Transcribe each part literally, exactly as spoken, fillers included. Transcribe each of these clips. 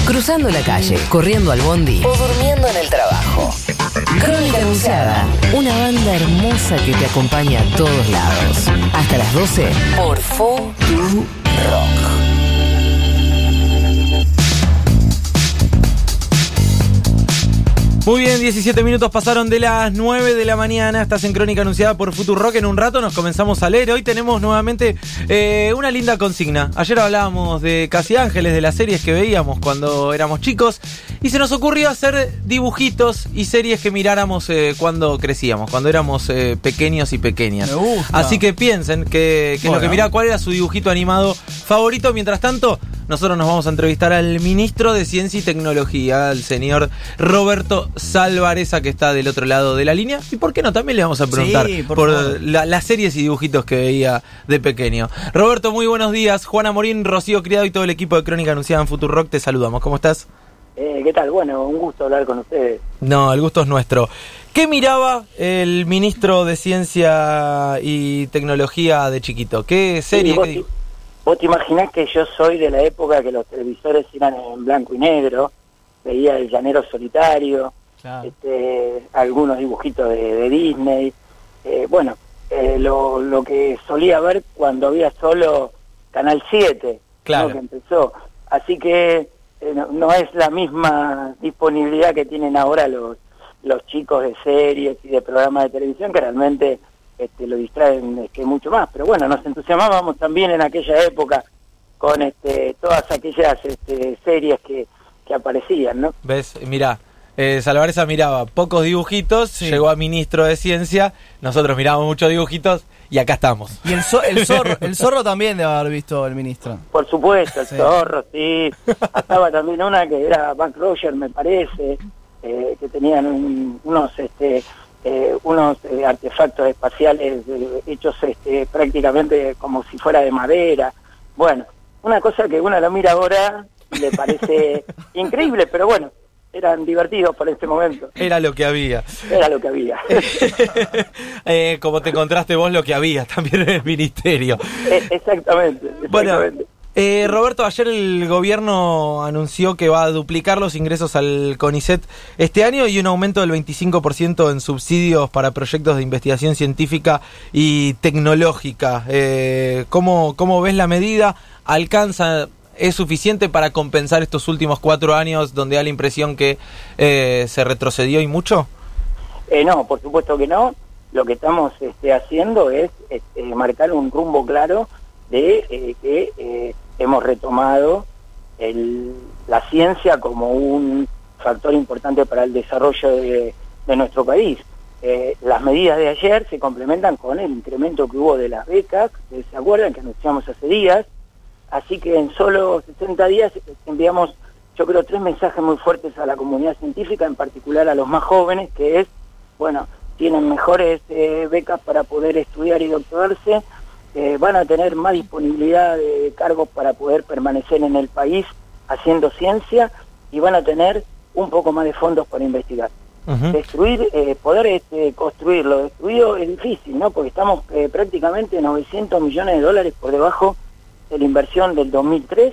cruzando la calle, corriendo al bondi o durmiendo en el trabajo. Crónica Anunciada, una banda hermosa que te acompaña a todos lados. Hasta las doce por Futurock. Muy bien, diecisiete minutos pasaron de las nueve de la mañana. Estás en Crónica Anunciada por Futurock. En un rato nos comenzamos a leer. Hoy tenemos nuevamente eh, una linda consigna. Ayer hablábamos de Casi Ángeles, de las series que veíamos cuando éramos chicos, y se nos ocurrió hacer dibujitos y series que miráramos eh, cuando crecíamos, cuando éramos eh, pequeños y pequeñas. Me gusta. Así que piensen que, que bueno. es lo que mirá, cuál era su dibujito animado favorito. Mientras tanto, nosotros nos vamos a entrevistar al ministro de Ciencia y Tecnología, al señor Roberto Salvareza, que está del otro lado de la línea. Y por qué no, también le vamos a preguntar sí, por, por por la, las series y dibujitos que veía de pequeño. Roberto, muy buenos días. Juana Morín, Rocío Criado y todo el equipo de Crónica Anunciada en Futurock, te saludamos. ¿Cómo estás? Eh, ¿Qué tal? Bueno, un gusto hablar con ustedes. No, el gusto es nuestro. ¿Qué miraba el ministro de Ciencia y Tecnología de chiquito? ¿Qué serie? Sí, vos, qué... te, vos te imaginás que yo soy de la época que los televisores eran en blanco y negro, veía El Llanero Solitario, claro. este, algunos dibujitos de, de Disney, eh, bueno, eh, lo, lo que solía ver cuando había solo Canal siete, Claro. ¿no? Que empezó. Así que eh, no, no es la misma disponibilidad que tienen ahora los, los chicos de series y de programas de televisión, que realmente este, lo distraen este, mucho más. Pero bueno, nos entusiasmábamos también en aquella época con este, todas aquellas este, series que, que aparecían, ¿no? ¿Ves? Mirá, eh, Salvareza miraba pocos dibujitos, Sí. llegó a ministro de Ciencia, nosotros mirábamos muchos dibujitos y acá estamos. Y el, zo- el zorro el zorro también debe haber visto el ministro. Por supuesto, el Sí. zorro, sí. Estaba también una que era Buck Rogers, me parece, eh, que tenían un, unos este eh, unos eh, artefactos espaciales eh, hechos este, prácticamente como si fuera de madera. Bueno, una cosa que uno lo mira ahora y le parece increíble, pero bueno, eran divertidos por este momento. Era lo que había. Era lo que había. eh, como te encontraste vos lo que había también en el ministerio. Eh, exactamente, Bueno, exactamente. eh, Roberto, ayer el gobierno anunció que va a duplicar los ingresos al CONICET este año y un aumento del veinticinco por ciento en subsidios para proyectos de investigación científica y tecnológica. Eh, ¿cómo, ¿Cómo ves la medida? ¿Alcanza, es suficiente para compensar estos últimos cuatro años donde da la impresión que eh, se retrocedió y mucho? Eh, no, por supuesto que no. Lo que estamos este, haciendo es este, marcar un rumbo claro de eh, que eh, hemos retomado el, la ciencia como un factor importante para el desarrollo de, de nuestro país. Eh, las medidas de ayer se complementan con el incremento que hubo de las becas, que se acuerdan que anunciamos hace días, así que en solo sesenta días enviamos, yo creo, tres mensajes muy fuertes a la comunidad científica, en particular a los más jóvenes, que es, bueno, tienen mejores eh, becas para poder estudiar y doctorarse, eh, van a tener más disponibilidad de cargos para poder permanecer en el país haciendo ciencia y van a tener un poco más de fondos para investigar. Uh-huh. Destruir, eh, poder este, construir lo destruido es difícil, ¿no? Porque estamos eh, prácticamente novecientos millones de dólares por debajo de la inversión del dos mil tres.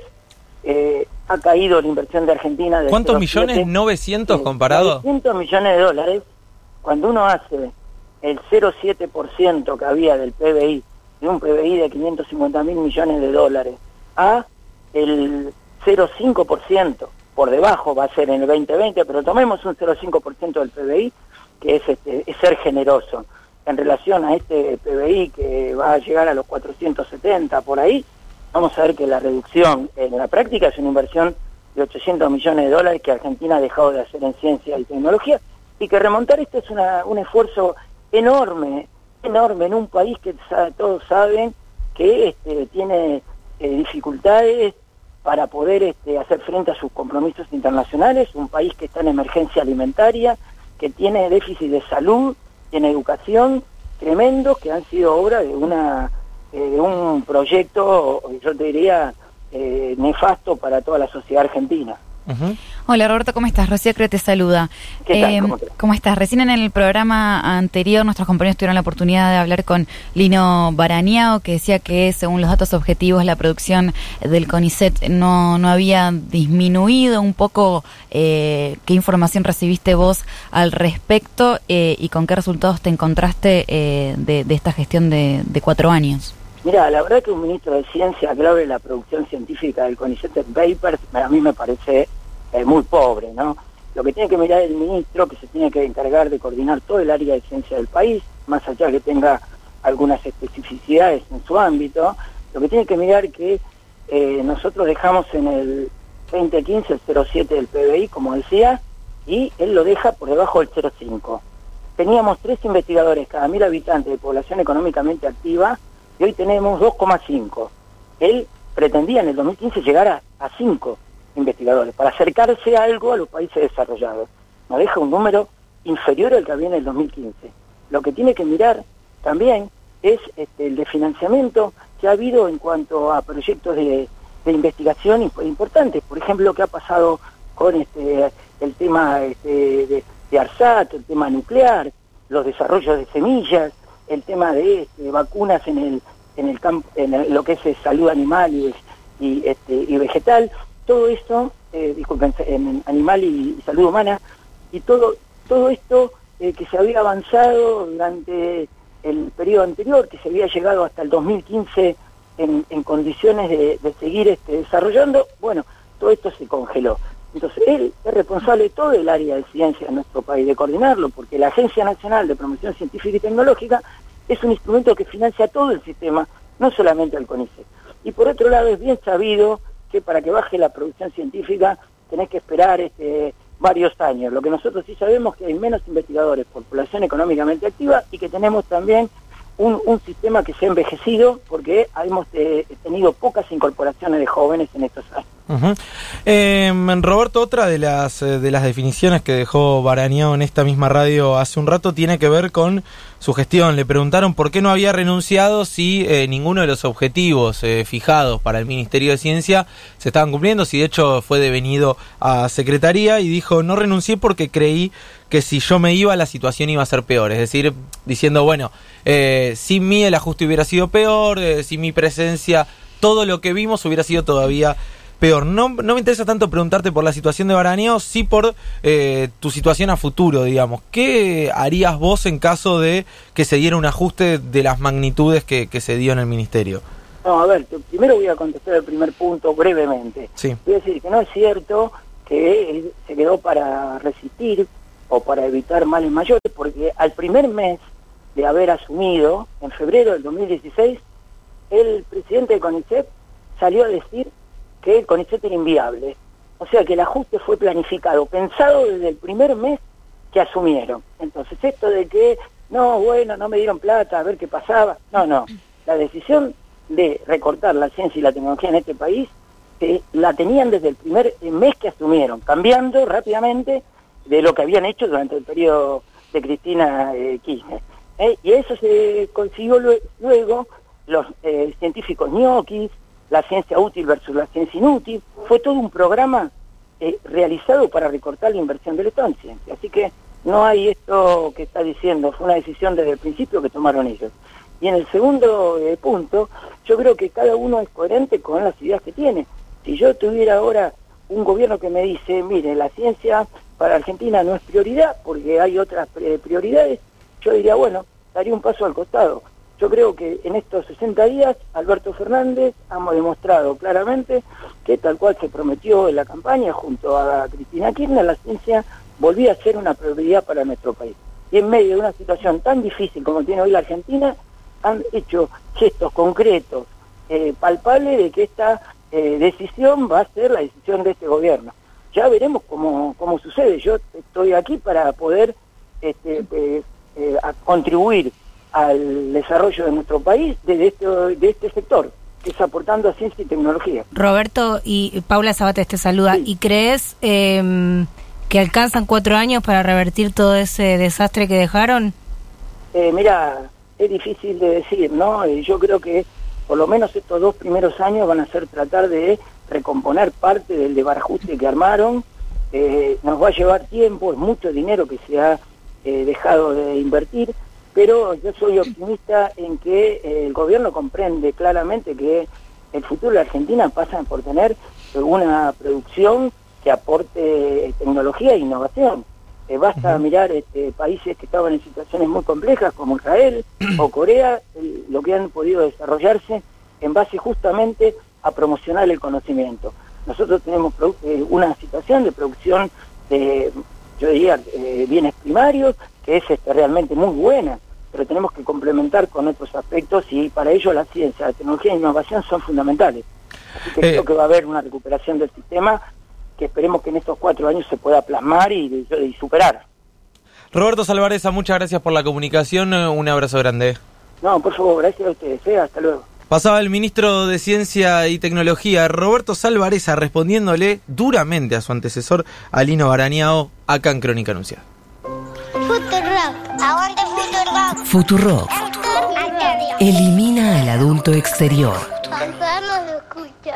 Eh, ha caído la inversión de Argentina. Del ¿Cuántos cero coma siete, millones? ¿novecientos eh, comparado? novecientos millones de dólares. Cuando uno hace el cero coma siete por ciento que había del P B I, de un P B I de quinientos cincuenta mil millones de dólares, a el cero coma cinco por ciento, por debajo va a ser en el veinte veinte, pero tomemos un cero coma cinco por ciento del P B I, que es, este, es ser generoso. En relación a este P B I que va a llegar a los cuatrocientos setenta por ahí, vamos a ver que la reducción en la práctica es una inversión de ochocientos millones de dólares que Argentina ha dejado de hacer en ciencia y tecnología, y que remontar esto es una, un esfuerzo enorme, enorme en un país que sabe, todos saben que este, tiene eh, dificultades para poder este, hacer frente a sus compromisos internacionales, un país que está en emergencia alimentaria, que tiene déficit de salud, tiene educación tremendos, que han sido obra de una eh, de un proyecto, yo te diría, eh, nefasto para toda la sociedad argentina. Uh-huh. Hola Roberto, ¿cómo estás? Rocío Creo te saluda. ¿Qué tal? Eh, ¿Cómo te- ¿Cómo estás? Recién en el programa anterior nuestros compañeros tuvieron la oportunidad de hablar con Lino Barañao, que decía que según los datos objetivos la producción del CONICET no, no había disminuido un poco. Eh, ¿Qué información recibiste vos al respecto eh, y con qué resultados te encontraste eh, de, de esta gestión de, de cuatro años? Mira, la verdad que un ministro de Ciencia que hable de la producción científica del CONICET en papers, a mí me parece eh, muy pobre, ¿no? Lo que tiene que mirar el ministro, que se tiene que encargar de coordinar todo el área de ciencia del país, más allá que tenga algunas especificidades en su ámbito, lo que tiene que mirar que eh, nosotros dejamos en el veinte quince el cero coma siete del P B I, como decía, y él lo deja por debajo del cero coma cinco. Teníamos tres investigadores cada mil habitantes de población económicamente activa, y hoy tenemos dos coma cinco. Él pretendía en el dos mil quince llegar a, a cinco investigadores, para acercarse algo a los países desarrollados. Nos deja un número inferior al que había en el dos mil quince. Lo que tiene que mirar también es este, el de financiamiento que ha habido en cuanto a proyectos de, de investigación importantes. Por ejemplo, lo que ha pasado con este, el tema este, de, de ARSAT, el tema nuclear, los desarrollos de semillas, el tema de este, vacunas en el en el campo, en el, lo que es eh, salud animal y, y, este, y vegetal, todo esto, eh, disculpen, en animal y, y salud humana, y todo todo esto eh, que se había avanzado durante el periodo anterior, que se había llegado hasta el dos mil quince en, en condiciones de, de seguir este, desarrollando, bueno, todo esto se congeló. Entonces, él es responsable de todo el área de ciencia en nuestro país, de coordinarlo, porque la Agencia Nacional de Promoción Científica y Tecnológica es un instrumento que financia todo el sistema, no solamente al CONICET. Y por otro lado, es bien sabido que para que baje la producción científica tenés que esperar este, varios años. Lo que nosotros sí sabemos es que hay menos investigadores por población económicamente activa y que tenemos también un, un sistema que se ha envejecido porque hemos eh, tenido pocas incorporaciones de jóvenes en estos años. Uh-huh. eh, Roberto, otra de las de las definiciones que dejó Barañao en esta misma radio hace un rato tiene que ver con su gestión. Le preguntaron por qué no había renunciado si eh, ninguno de los objetivos eh, fijados para el Ministerio de Ciencia se estaban cumpliendo, si de hecho fue devenido a Secretaría, y dijo: no renuncié porque creí que si yo me iba la situación iba a ser peor. Es decir, diciendo, bueno, eh, sin mí el ajuste hubiera sido peor, eh, sin mi presencia todo lo que vimos hubiera sido todavía peor. No, no me interesa tanto preguntarte por la situación de Barañao, sí por eh, tu situación a futuro, digamos. ¿Qué harías vos en caso de que se diera un ajuste de las magnitudes que, que se dio en el ministerio? No, a ver, te, primero voy a contestar el primer punto brevemente. Sí. Voy a decir que no es cierto que él se quedó para resistir o para evitar males mayores, porque al primer mes de haber asumido, en febrero del dos mil dieciséis, el presidente de CONICET salió a decir que el CONICET era inviable. O sea que el ajuste fue planificado, pensado desde el primer mes que asumieron. Entonces esto de que, no, bueno, no me dieron plata, a ver qué pasaba. No, no. La decisión de recortar la ciencia y la tecnología en este país eh, la tenían desde el primer mes que asumieron, cambiando rápidamente de lo que habían hecho durante el periodo de Cristina eh, Kirchner. Eh, y eso se consiguió lue- luego, los eh, científicos ñoquis, la ciencia útil versus la ciencia inútil, fue todo un programa eh, realizado para recortar la inversión del Estado en ciencia. Así que no hay esto que está diciendo, fue una decisión desde el principio que tomaron ellos. Y en el segundo eh, punto, yo creo que cada uno es coherente con las ideas que tiene. Si yo tuviera ahora un gobierno que me dice, mire, la ciencia para Argentina no es prioridad porque hay otras eh, prioridades, yo diría, bueno, daría un paso al costado. Yo creo que en estos sesenta días Alberto Fernández ha demostrado claramente que tal cual se prometió en la campaña junto a Cristina Kirchner, la ciencia volvía a ser una prioridad para nuestro país. Y en medio de una situación tan difícil como tiene hoy la Argentina, han hecho gestos concretos, eh, palpables de que esta eh, decisión va a ser la decisión de este gobierno. Ya veremos cómo, cómo sucede. Yo estoy aquí para poder este, eh, eh, a contribuir al desarrollo de nuestro país desde este, de este sector, que es aportando a ciencia y tecnología. Roberto, y Paula Sabates te saluda. Sí. ¿Y crees eh, que alcanzan cuatro años para revertir todo ese desastre que dejaron? Eh, mira, es difícil de decir, ¿no? Eh, yo creo que por lo menos estos dos primeros años van a ser tratar de recomponer parte del desbarajuste que armaron. Eh, nos va a llevar tiempo, es mucho dinero que se ha eh, dejado de invertir, pero yo soy optimista en que eh, el gobierno comprende claramente que el futuro de la Argentina pasa por tener una producción que aporte tecnología e innovación. Eh, basta uh-huh. mirar este, países que estaban en situaciones muy complejas como Israel o Corea, eh, lo que han podido desarrollarse en base justamente a promocionar el conocimiento. Nosotros tenemos produ- eh, una situación de producción de, yo diría, eh, bienes primarios, que es este, realmente muy buena, pero tenemos que complementar con otros aspectos y para ello la ciencia, la tecnología e innovación son fundamentales. Así que eh. creo que va a haber una recuperación del sistema que esperemos que en estos cuatro años se pueda plasmar y, y superar. Roberto Salvareza, muchas gracias por la comunicación, un abrazo grande. No, por favor, gracias a ustedes, ¿eh? Hasta luego. Pasaba el ministro de Ciencia y Tecnología, Roberto Salvareza, respondiéndole duramente a su antecesor, a Lino Barañao, acá en Crónica Anunciada. Futurock, aguante Futurock. Futurock elimina al adulto exterior. Vamos a escuchar.